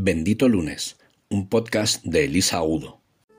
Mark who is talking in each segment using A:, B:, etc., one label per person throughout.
A: Bendito Lunes, un podcast de Elisa Agudo.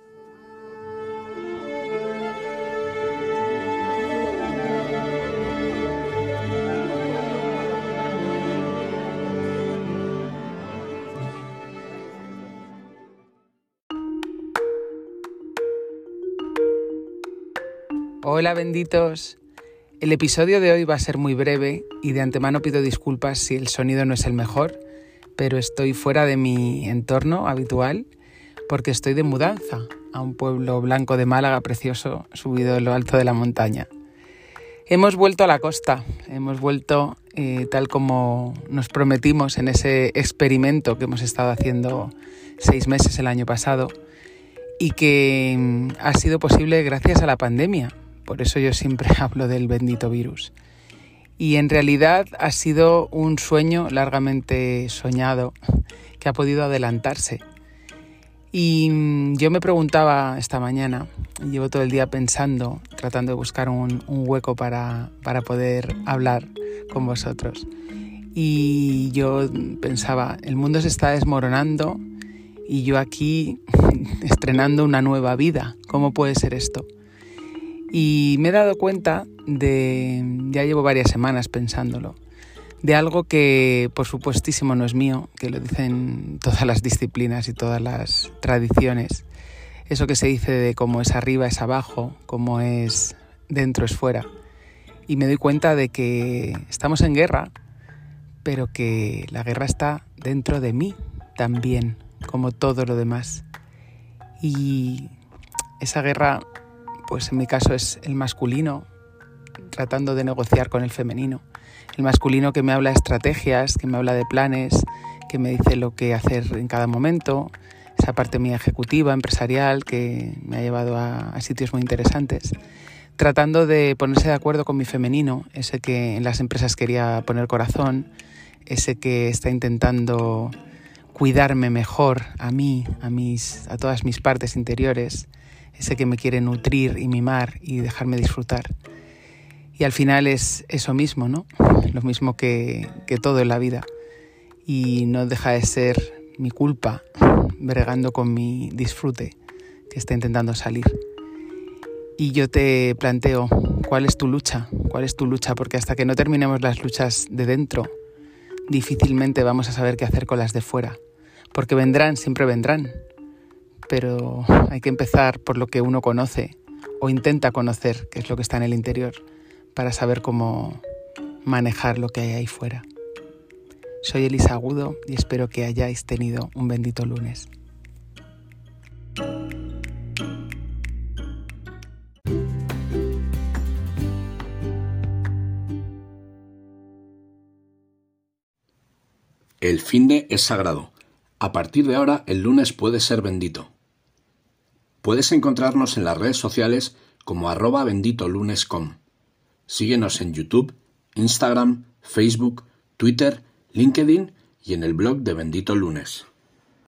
B: Hola benditos, el episodio de hoy va a ser muy breve y de antemano pido disculpas si el sonido no es el mejor, pero estoy fuera de mi entorno habitual porque estoy de mudanza a un pueblo blanco de Málaga precioso subido en lo alto de la montaña. Hemos vuelto a la costa, hemos vuelto tal como nos prometimos en ese experimento que hemos estado haciendo 6 meses el año pasado y que ha sido posible gracias a la pandemia. Por eso yo siempre hablo del bendito virus. Y en realidad ha sido un sueño largamente soñado que ha podido adelantarse. Y yo me preguntaba esta mañana, llevo todo el día pensando, tratando de buscar un hueco para poder hablar con vosotros. Y yo pensaba, el mundo se está desmoronando y yo aquí estrenando una nueva vida. ¿Cómo puede ser esto? Y me he dado cuenta ya llevo varias semanas pensándolo, de algo que por supuestísimo no es mío, que lo dicen todas las disciplinas y todas las tradiciones. Eso que se dice de cómo es arriba es abajo, cómo es dentro es fuera. Y me doy cuenta de que estamos en guerra, pero que la guerra está dentro de mí también, como todo lo demás. Y esa guerra, pues en mi caso es el masculino, tratando de negociar con el femenino. El masculino que me habla de estrategias, que me habla de planes, que me dice lo que hacer en cada momento. Esa parte mía ejecutiva, empresarial, que me ha llevado a sitios muy interesantes. Tratando de ponerse de acuerdo con mi femenino, ese que en las empresas quería poner corazón, ese que está intentando cuidarme mejor a mí, a todas mis partes interiores, ese que me quiere nutrir y mimar y dejarme disfrutar. Y al final es eso mismo, ¿no? Lo mismo que todo en la vida. Y no deja de ser mi culpa bregando con mi disfrute que está intentando salir. Y yo te planteo, ¿cuál es tu lucha? ¿Cuál es tu lucha? Porque hasta que no terminemos las luchas de dentro, difícilmente vamos a saber qué hacer con las de fuera. Porque vendrán, siempre vendrán. Pero hay que empezar por lo que uno conoce o intenta conocer, que es lo que está en el interior, para saber cómo manejar lo que hay ahí fuera. Soy Elisa Agudo y espero que hayáis tenido un bendito lunes.
A: El finde es sagrado. A partir de ahora, el lunes puede ser bendito. Puedes encontrarnos en las redes sociales como @benditolunes.com. Síguenos en YouTube, Instagram, Facebook, Twitter, LinkedIn y en el blog de Bendito Lunes.